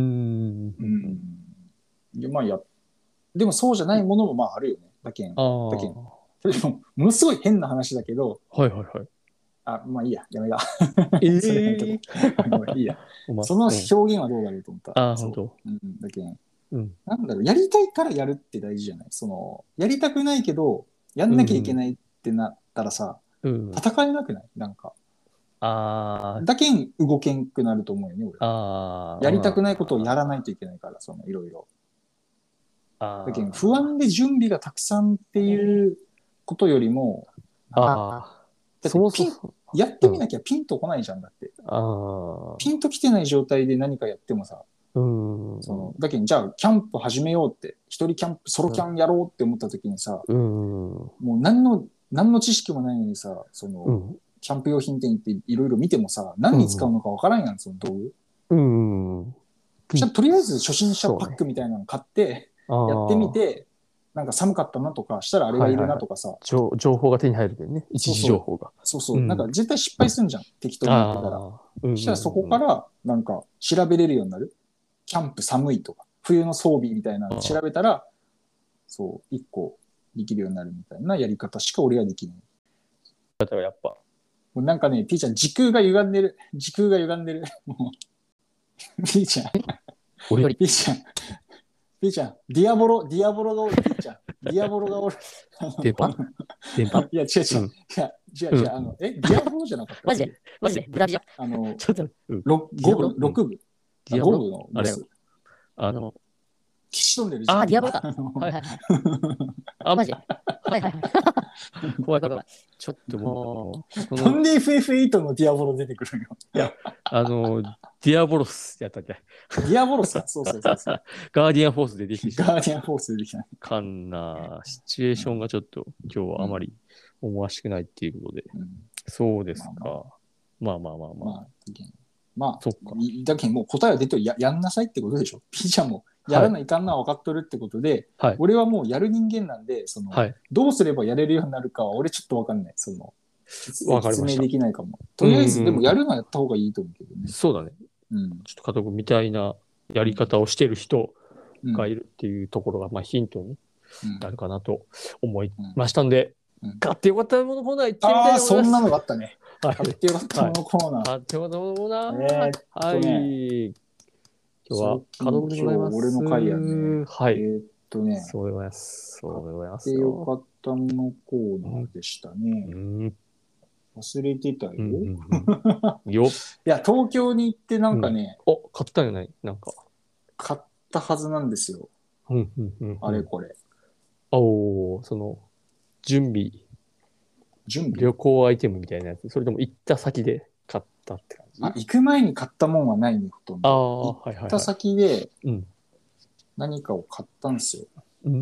うん。で、まあ、や、でもそうじゃないものもまああるよね。だけん。だけん。でも、ものすごい変な話だけど。 はいはいはい。 あ、まあいいや、やめだ。えー、それいいや。その表現はどうだろうと思った。 ああ、本当。 うん、だけん。うん。なんだろう、やりたいからやるって大事じゃない？その、やりたくないけど、やんなきゃいけないってなったらさ、うん、戦えなくない？なんか。ああ。だけん動けんくなると思うよね、俺。ああ。やりたくないことをやらないといけないから、その、いろいろ。ああ。だけん不安で準備がたくさんっていうことよりも、ああ。だってピン、やってみなきゃピンとこないじゃん、だって。ああ。ピンときてない状態で何かやってもさ、うん。その、だけど、じゃあ、キャンプ始めようって、一人キャンプ、ソロキャンやろうって思った時にさ、うん。もう何の、何の知識もないのにさ、その、うん、キャンプ用品店行っていろいろ見てもさ、何に使うのかわからんやん、その道具。うん。じゃあ、とりあえず初心者パックみたいなの買って、 やってみて、なんか寒かったなとか、したらあれがいるなとかさ。はいはいはい、情報が手に入るけどね、一時情報が。 そうそう。そうそう、うん、なんか絶対失敗するんじゃん、適当にやってたら。うんうんうん、そしたらそこから、なんか調べれるようになる。キャンプ寒いとか、冬の装備みたいなの調べたら、そう、一個できるようになるみたいなやり方しか俺はできない。 だからやっぱ。 もうなんかね、ピーちゃん、時空が歪んでる。時空が歪んでる。もうピーちゃん。俺よりピーちゃん。ピーちゃん、ディアボロ、ディアボロがおる、ピーちゃん。ディアボロがおる。 電波電波いや、違う違う。うん、いや、違う違う。あの、え、ディアボロじゃなかったマジでマジでブラジル。 あの、 ちょっと、 ご部、ろく部。ディアボロのボス。 あの、 消し飛んでるじゃん。 あ、ディアボロか。はいはいはい。あ、マジはいはいはい。怖い怖い怖い。ちょっともう。なんで エフエフエイト のディアボロ出てくるの？ いや、あの、ディアボロスやったっけ？ ディアボロスか。そうそうそうそう。 ガーディアンフォースでできた。ガーディアンフォースでできた。 かんな、シチュエーションがちょっと今日はあまり思わしくないっていうことで。うん、そうですか。まあまあまあまあ。まあ、 まあ、そっか。だけどもう答えは出てる や, やんなさいってことでしょ。ピーちゃんもやらないかんな分かっとるってことで、はい、俺はもうやる人間なんで、その、はい、どうすればやれるようになるかは俺ちょっと分かんない。その、説明できないかも。とりあえず、でもやるのはやった方がいいと思うけどね。 そうだね。うん、ちょっと加藤君みたいなやり方をしてる人がいるっていうところが、まあヒントになるかなと思いましたんで、うんうん、買ってよかったものコーナー行ってみたいと思います。 ああ、そんなのがあったね。買ってよかったものコーナー。 買ってよかったものコーナー。えー、はい。ね、今日は加藤君でございます。 俺の回やね。 はい。 えー、っとね。 そうでございます。そうでございます。 買ってよかったものコーナーでしたね。うん、忘れてたよ。うんうんうん、よいや、東京に行ってなんかね。 うん、お、買ったよね。なんか。 買ったはずなんですよ。 うんうんうんうん、 あれこれ。 おお、その、準備。 準備旅行アイテムみたいなやつ。それとも行った先で買ったって感じ？ あ、行く前に買ったもんはないね、ほとんど。あ、行った先で何かを買ったんですよ。うん、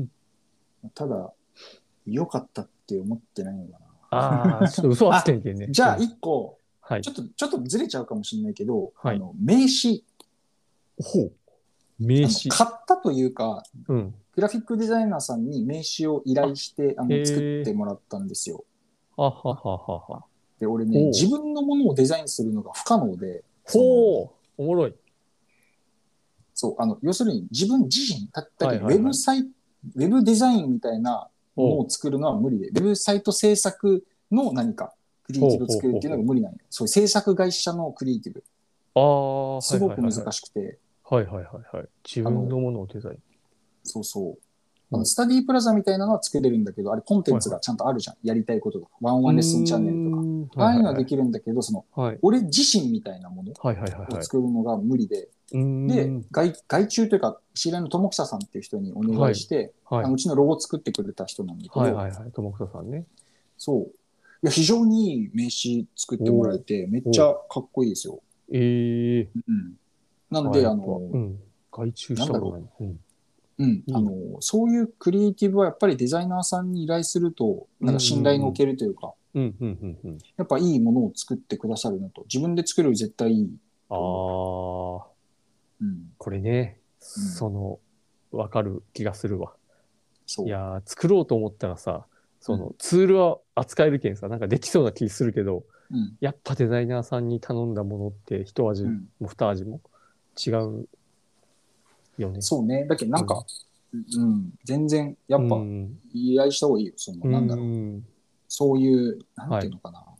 ただ、良かったって思ってないのかな。 ああ、ちょっと嘘はつけんけんね。 じゃあ一個、はい、ちょっと、ちょっとずれちゃうかもしれないけど、はい、あの名刺。 ほう。名刺。 買ったというか、うん、グラフィックデザイナーさんに名刺を依頼してあの作ってもらったんですよ。ははははで、俺ね、自分のものをデザインするのが不可能で。 ほう、おもろい。 そう、あの、要するに自分自身、たったけウェブサイト、ウェブデザインみたいなものを作るのは無理で、ウェブサイト制作の何かクリエイティブを作るっていうのが無理なんよ。そういう制作会社のクリエイティブ。ああ、すごく難しくて。 はいはいはいはい。自分のものをデザイン。 そうそう。あのスタディプラザみたいなのは作れるんだけど、あれコンテンツがちゃんとあるじゃん。はいはい、やりたいこととか。ワンワンレッスンチャンネルとか。ああいうのはできるんだけど、その、はい、俺自身みたいなものを作るのが無理で。で、外、外注というか、知り合いの友草さんっていう人にお願いして、はいはい、あのうちのロゴを作ってくれた人なんだけど。 はいはいはい。友草さんね。 そう。いや、非常にいい名刺作ってもらえて、めっちゃかっこいいですよ。ええー。うん。なんで、あの、うん、 外注したことない。うんうん、あのそういうクリエイティブはやっぱりデザイナーさんに依頼するとなんか信頼がおけるというか、やっぱいいものを作ってくださるなと。自分で作るより絶対いい。ああ、 うん、これね、うん、その分かる気がするわ。いや作ろうと思ったらさ、その、うん、ツールは扱えるけんさ、なんかできそうな気するけど、うん、やっぱデザイナーさんに頼んだものって一味も二味も違う。よね、 そうね。だけどなんか、うん、うん、全然やっぱ依頼した方がいいよ。その、なんだろう。うん、そういう、なんていうのかな、はい。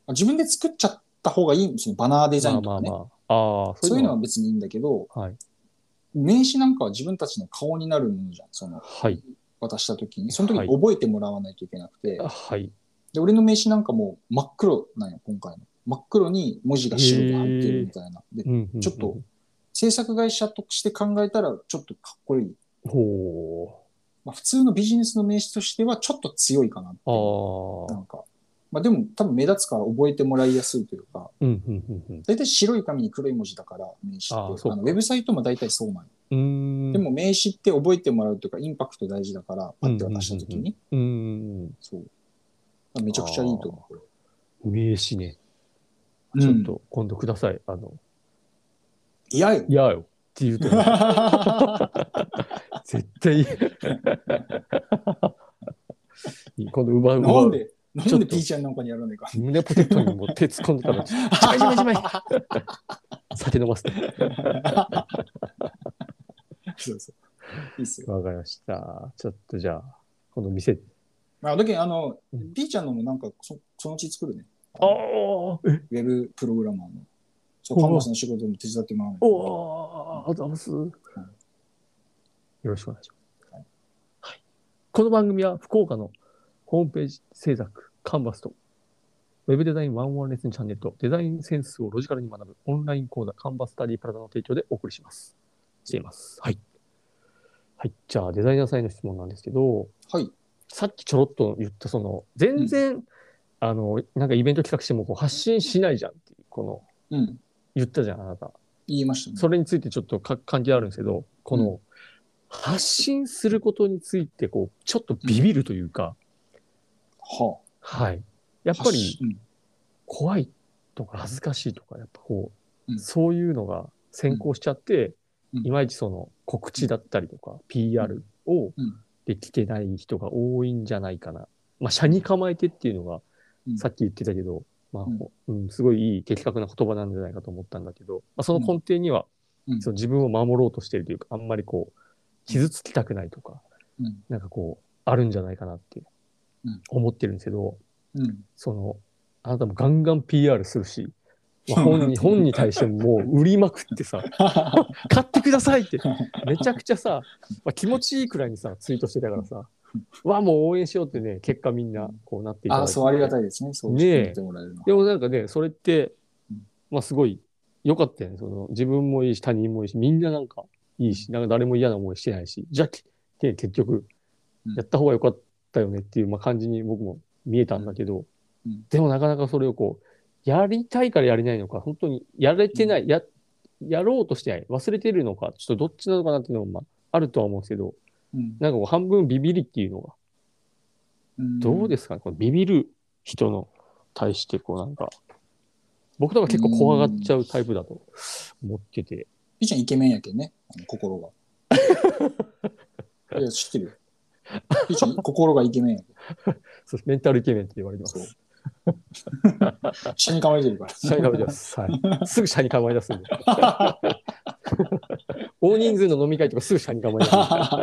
自分で作っちゃった方がいい。そのバナーデザインとかね。まあまあまあ、あそういうのは別にいいんだけど、はい、名刺なんかは自分たちの顔になるものじゃん。その、はい、渡した時に。その時に覚えてもらわないといけなくて。はい、で俺の名刺なんかも真っ黒なんよ、今回の。真っ黒に文字が白で入ってるみたいな。で、ちょっと、制作会社として考えたらちょっとかっこいい。ほう。まあ、普通のビジネスの名刺としてはちょっと強いかなって。あなんか。まあでも多分目立つから覚えてもらいやすいというか。うんうんうんうん、大体白い紙に黒い文字だから名刺って。ああのウェブサイトも大体そうなんよ。うんでも名刺って覚えてもらうというかインパクト大事だからパッて渡した時に。うんうんうん、そう。めちゃくちゃいいと思うこれ。名刺ね。ちょっと今度ください。あの。 嫌よ。 嫌よって言うと絶対今度奪う。 なんでなんで P ちゃんなんかにやらないか。 胸ポテトにも手突っ込んでたら、ちまいちまいちまい酒飲ませて。 そうそう。いいっすよ。 わかりました。ちょっとじゃあ、今度店。 あ、だけど、あの、P ちゃんのもなんかそ、そのうち作るね。 ああ、 ウェブプログラマーの。そう、カンバスの仕事も手伝ってもらうの。 おー、あざます。よろしくお願いします。はいはい、この番組は福岡のホームページ制作、カンバスと、ウェブデザインワンオンワンレッスンチャンネルと、デザインセンスをロジカルに学ぶオンライン講座、カンバススタディプラザの提供でお送りします。しています。はい。はい。じゃあ、デザイナーさんへの質問なんですけど、 はい。 さっきちょろっと言った、その、全然、うん、あの、なんかイベント企画してもこう発信しないじゃんっていう、この、うん、言ったじゃん、あなた。 言いましたね。 それについてちょっとか関係あるんですけど、この、うん、発信することについて、こう、ちょっとビビるというか、 うん、はあ、はい。やっぱり、怖いとか恥ずかしいとか、やっぱこう、うん、そういうのが先行しちゃって、うん、いまいちその告知だったりとか、うん、ピーアール をできてない人が多いんじゃないかな。まあ、社に構えてっていうのが、さっき言ってたけど、まあ、うん、すごいいい的確な言葉なんじゃないかと思ったんだけど、まあ、その根底には、うん、その自分を守ろうとしているというか、あんまりこう、傷つきたくないとか、うん、なんかこう、あるんじゃないかなって思ってるんですけど、うん、その、あなたもガンガン ピーアール するし、まあ、本に、本に対してももう売りまくってさ、買ってくださいって、めちゃくちゃさ、まあ、気持ちいいくらいにさ、ツイートしてたからさ、わあ、もう応援しようってね、結果みんなこうなっていただいて。 あ、そう、ありがたいですね。そうしててもらえるの。 ね、でもなんかね、それって、まあすごい良かったよね。その自分もいいし、他人もいいし、みんななんかいいし、なんか誰も嫌な思いしてないし、じゃあ、結局、やった方が良かったよねっていう、まあ、感じに僕も見えたんだけど、うんうん、でもなかなかそれをこう、やりたいからやれないのか、本当にやれてない、うん、や、やろうとしてない、忘れてるのか、ちょっとどっちなのかなっていうのも、まあ、あるとは思うんですけど、うん、なんかこう半分ビビりっていうのが、うん、どうですかね、このビビる人の対して、こうなんか、僕とか結構怖がっちゃうタイプだと思ってて。 ピーちゃんイケメンやけんね、心が。いや、知ってるよ。ピーちゃん心がイケメンやけん。 そう、メンタルイケメンって言われてます。 車に構えてるから。 車に構えてます。はい。すぐ車に構え出すんで。大人数の飲み会とかすぐ車に構え出す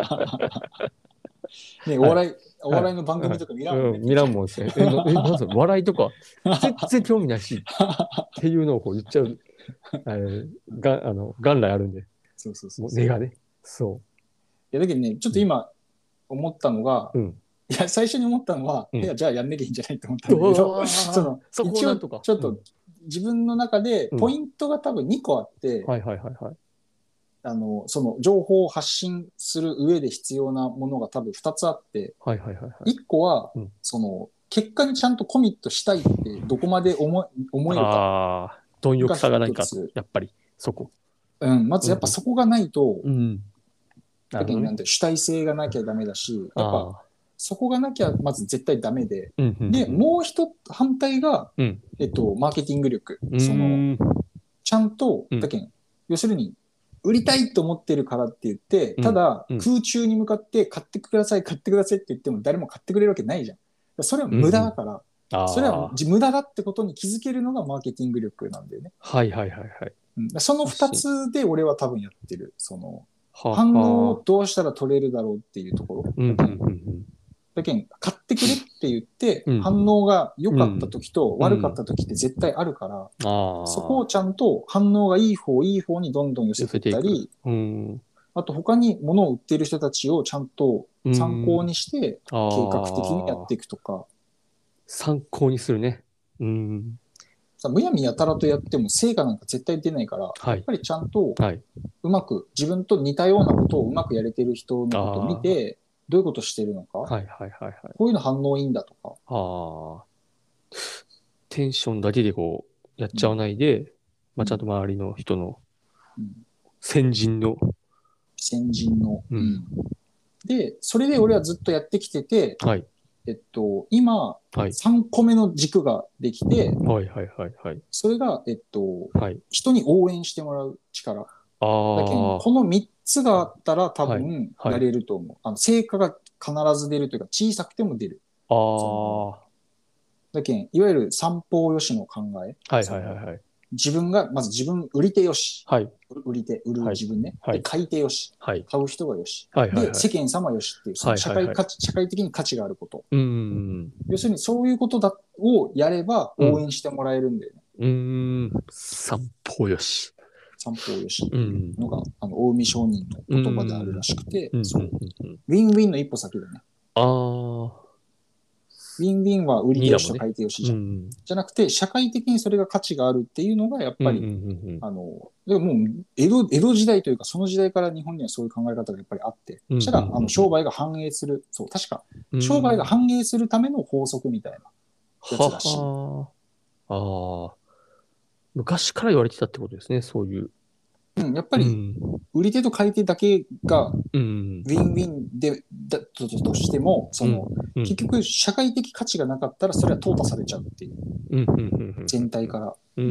んで。 ね、お笑い、はい、お笑いの番組とか見らんもんね。 うん、見らんもんですね。え、な、え、なんすか、笑いとか、全然興味ないし、っていうのをこう言っちゃう、あれ、が、あの、元来あるんで。 そうそうそう。 根がね。そう。 いや、だけどね、ちょっと今思ったのが、うん、いや、最初に思ったのは、うん、いや、じゃあやんなきゃいいんじゃないって思ったんだけど、その、そ一応、ちょっと、自分の中でポイントが多分にこあって、 はいはいはいはい。 あの、その情報を発信する上で必要なものが多分ふたつあって、 はいはいはいはい、 いっこは、うん、その、結果にちゃんとコミットしたいってどこまで思思えるか。 ああ、貪欲さがないか、やっぱり、そこ。 うん、まずやっぱそこがないと、 うん、 だけどなんて主体性がなきゃダメだし、やっぱ、そこがなきゃまず絶対ダメで、うんうんうん、で、もう一反対が、うん、えっと、マーケティング力。その、ちゃんと、だけん、要するに、売りたいと思ってるからって言って、ただ、うん、空中に向かって買ってください、買ってくださいって言っても誰も買ってくれるわけないじゃん。それは無駄だから、うんうん、それは無駄だってことに気づけるのがマーケティング力なんだよね。 はいはいはいはい。 うん、その二つで俺は多分やってる。その、反応をどうしたら取れるだろうっていうところ。うんうんうんうん、だけん、買ってくれって言って、うん、反応が良かった時と悪かった時って絶対あるから、うん、そこをちゃんと反応がいい方、いい方にどんどん寄せていったり、うん、あと他に物を売っている人たちをちゃんと参考にして、計画的にやっていくとか。 参考にするね。うん、 さ、むやみやたらとやっても成果なんか絶対出ないから、はい、やっぱりちゃんと、うまく、自分と似たようなことをうまくやれてる人のことを見て、どういうことしてるのか、はいはいはいはい、こういうの反応いいんだとか。 あ、テンションだけでこうやっちゃわないで、うん、まあ、ちゃんと周りの人の、うん、先人の先人の、うん、でそれで俺はずっとやってきてて、はい、えっと今、はい、さんこめの軸ができて、はいはいはいはい、それがえっと、はい、人に応援してもらう力。あだけどこのみっつがあったら多分やれると思う。はいはい、あの成果が必ず出るというか、小さくても出る。ああ。だけん、いわゆる三方よしの考え。はいはいはいはい。自分が、まず自分、売り手よし。はい。売り手、売る自分ね。はい、で、買い手よし。はい。買う人がよし。はいはいはい、で、世間様よしっていう、その社会価値、社会的に価値があること。うん。要するに、そういうことだをやれば応援してもらえるんだよね。うん。うん三方よし。三方よしっていうのが、うん、あの、近江商人の言葉であるらしくて、うん、そう。ウィンウィンの一歩先だね。ああ。ウィンウィンは売り手よしと買い手よしじゃん。ねうん、じゃなくて、社会的にそれが価値があるっていうのが、やっぱり、うんうんうんうん、あの、でももう江戸、江戸時代というか、その時代から日本にはそういう考え方がやっぱりあって、そしたら、あの、商売が繁栄する、そう、確か、商売が繁栄するための法則みたいなやつらしい。はああ。昔から言われてたってことですね、そういう。うん、やっぱり、売り手と買い手だけが、ウィンウィンで、だとしても、その、結局、社会的価値がなかったら、それは淘汰されちゃうっていう。全体から。うん、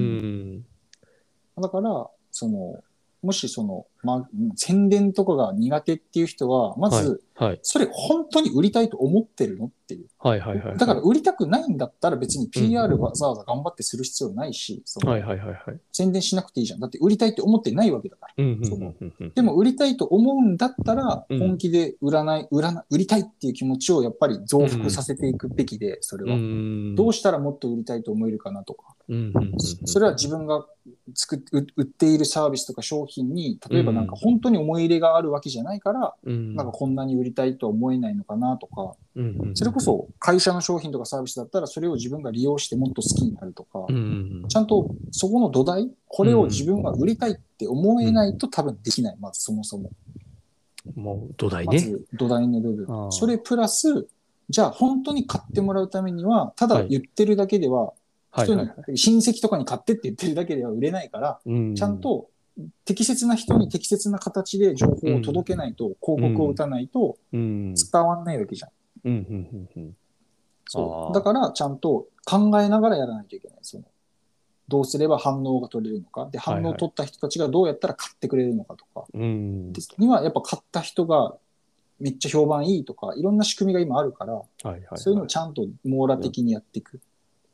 だから、その、もしその、まあ、宣伝とかが苦手っていう人は、まず、はいはい、それ本当に売りたいと思ってるのっていう。はいはいはいはい、だから売りたくないんだったら別に ピーアール わざわざ頑張ってする必要ないし、その、はいはいはいはい、宣伝しなくていいじゃん。だって売りたいって思ってないわけだから。そのでも売りたいと思うんだったら、本気で売らない、売らない、売りたいっていう気持ちをやっぱり増幅させていくべきで、それは。どうしたらもっと売りたいと思えるかなとか。それは自分が作っ売っているサービスとか商品に、例えばなんか本当に思い入れがあるわけじゃないから、うん、なんかこんなに売りたいとは思えないのかなとか、うんうんうん、それこそ会社の商品とかサービスだったらそれを自分が利用してもっと好きになるとか、うんうんうん、ちゃんとそこの土台、これを自分が売りたいって思えないと多分できない、まずそもそも。もう土台ね。まず土台の部分。それプラス、じゃあ本当に買ってもらうためには、ただ言ってるだけでは、はい人に、はいはいはい、親戚とかに買ってって言ってるだけでは売れないから、うん、ちゃんと適切な人に適切な形で情報を届けないと、うん、広告を打たないと伝わんないわけじゃん。うんうんうん、そうだからちゃんと考えながらやらないといけない。そのどうすれば反応が取れるのか。で、反応を取った人たちがどうやったら買ってくれるのかとか。はいはい、にはやっぱ買った人がめっちゃ評判いいとか、いろんな仕組みが今あるから、はいはいはい、そういうのをちゃんと網羅的にやっていく。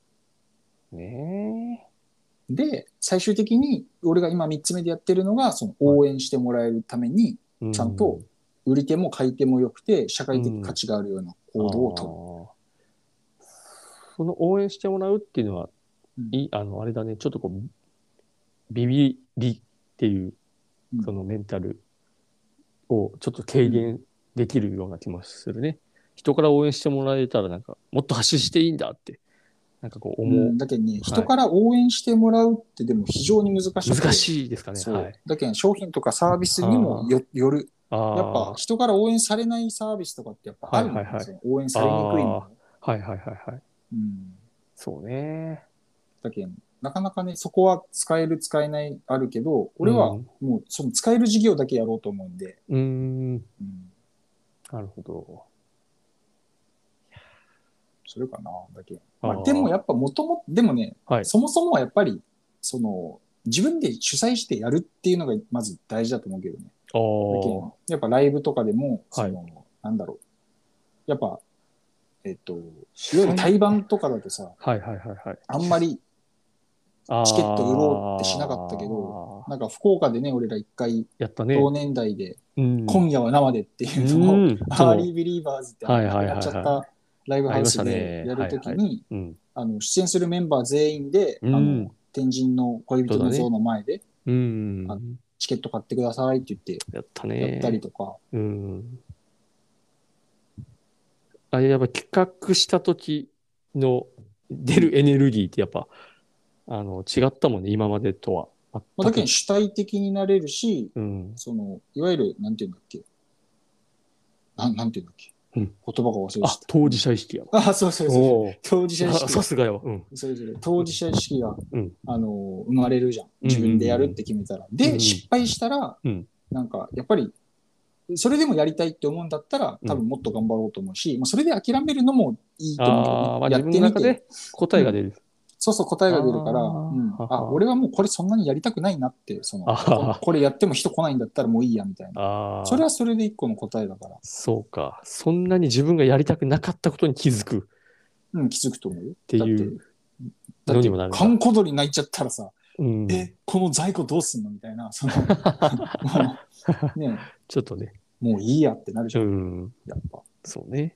ね、で、最終的に俺が今みっつめでやってるのが、その応援してもらえるために、ちゃんと売り手も買い手も良くて、社会的価値があるような行動をとる。うん、その応援してもらうっていうのは、うん、いあの、あれだね、ちょっとこう、ビビりっていう、そのメンタルをちょっと軽減できるような気もするね。うん、人から応援してもらえたら、なんか、もっと発信していいんだって。なんかこう思う。うん、だけどね、はい、人から応援してもらうってでも非常に難しい。難しいですかね。そう。はい、だけど商品とかサービスにもよよる。やっぱ人から応援されないサービスとかってやっぱあるんですよ。はいはいはい、応援されにくいもの。はいはいはいはい。うん、そうね。だけどなかなかね、そこは使える使えないあるけど、俺はもうその使える事業だけやろうと思うんで。うん。うん、なるほど。それかな、だけ。まあ、でもやっぱもとも、でもね、はい、そもそもはやっぱり、その、自分で主催してやるっていうのがまず大事だと思うけどね。だけやっぱライブとかでも、その、はい、なんだろう。やっぱ、えっと、いわゆる対バンとかだとさ、はいはいはいはい、あんまりチケット売ろうってしなかったけど、なんか福岡でね、俺ら一回、同年代で、今夜は生でっていうのを、うん、アーリービリーバーズってやっちゃった、ライブハウスでやるときに、はいはいうん、あの出演するメンバー全員で、うん、あの天神の恋人の像の前で、ねうん、あのチケット買ってくださいって言ってやったね、やったりとか。うん、あれやっぱ企画した時の出るエネルギーってやっぱ、うん、あの違ったもんね今までとは。まあ、だけど主体的になれるし、うん、そのいわゆるなんていうんだっけ、ななんていうんだっけ。うん、言葉が忘れてた。あ、当事者意識やわ。あ、そうそうそう。当事者意識。さすがやわ。うん。それぞれ当事者意識が、うん、あの、生まれるじゃん。自分でやるって決めたら。うん、で、失敗したら、うん、なんか、やっぱり、それでもやりたいって思うんだったら、多分もっと頑張ろうと思うし、うん、まあ、それで諦めるのもいいと思うけどね。あ、まあ、やってみて。自分の中で答えが出る。うん、 そうそう、答えが出るから、あ、うん、あ、俺はもうこれそんなにやりたくないなって、その、こ, これやっても人来ないんだったらもういいや、みたいな。それはそれで一個の答えだから。 そうか。そんなに自分がやりたくなかったことに気づく。 うん、気づくと思うよ。 っていうのにもなる。 カンコドリ泣いちゃったらさ、うん、え、この在庫どうすんのみたいな。そのね、 ちょっとね。 もういいやってなるじゃん。うん、やっぱ。 そうね。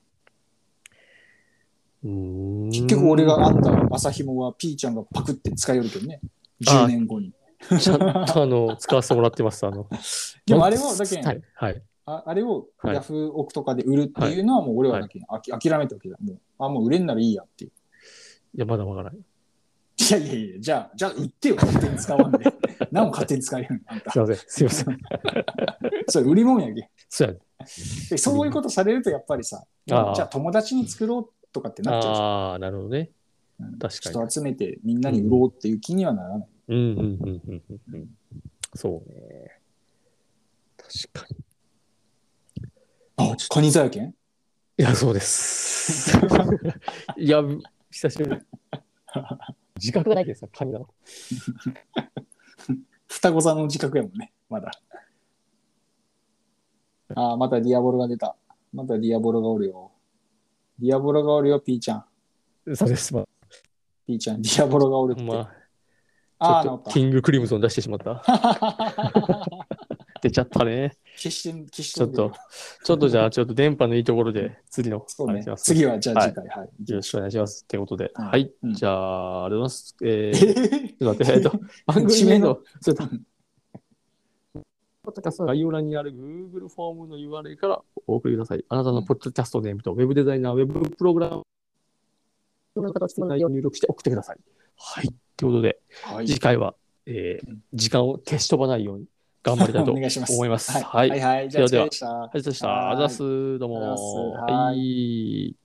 うーん、結局俺が編んだ麻紐はピーちゃんがパクって使えるけどね。じゅうねんごに。 ちゃんとあの、使わせてもらってます。あの。 でもあれは、だけ、 はい。はい、 あ, あれをヤフオクとかで売るっていうのはもう俺はだけ、はい、あき諦めたわけだ。もう、あ、もう売れんならいいやっていう。 いや、まだわからない。 いやいやいや、じゃあ、じゃあ売ってよ、勝手に使わんで。何も勝手に使えるのあんた。 すいません、すいません。 それ売り物やけ。 そうや、ね、 でそういうことされるとやっぱりさ、じゃあ友達に作ろうとかってなっちゃうじゃん。 ああ、なるほどね。うん、確かに。 人集めてみんなに売ろうっていう気にはならない。 うん、うん、うん、うん、うん。そうね。確かに。 あ、カニ座やけん？ いや、そうです。いや、久しぶり。自覚がないですよ、カニなの。 双子座の自覚やもんね、まだ。ああ、またディアボロが出た。またディアボロがおるよ。ディアボロがおるよ、ピーちゃん。 そうです、まあ。 ピーちゃん、ディアボロがおるって。まあ、ちょっとキングクリムゾン出してしまった。出ちゃったね。 消して、消して。 ちょっと、ちょっとじゃあ、ちょっと電波のいいところで、次の。 そうね。次は、じゃあ次回、はい。 よろしくお願いします。ってことで。はい。じゃあ、ありがとうございます。えー、ちょっと待って、えっと、番組名の、ちょっと、ポッドキャストの概要欄にある Google フォームの ユーアールエル からお送りください。あなたのポッドキャストネームとウェブデザイナー、ウェブプログラムの形の内容を入力して送ってください。はい。ということで、はい、次回は、えー、時間を消し飛ばないように頑張りたいと思います。 はい。はいはい。じゃあ、お疲れ様でした。 ありがとうございました。ありがとうございます。どうも。はい。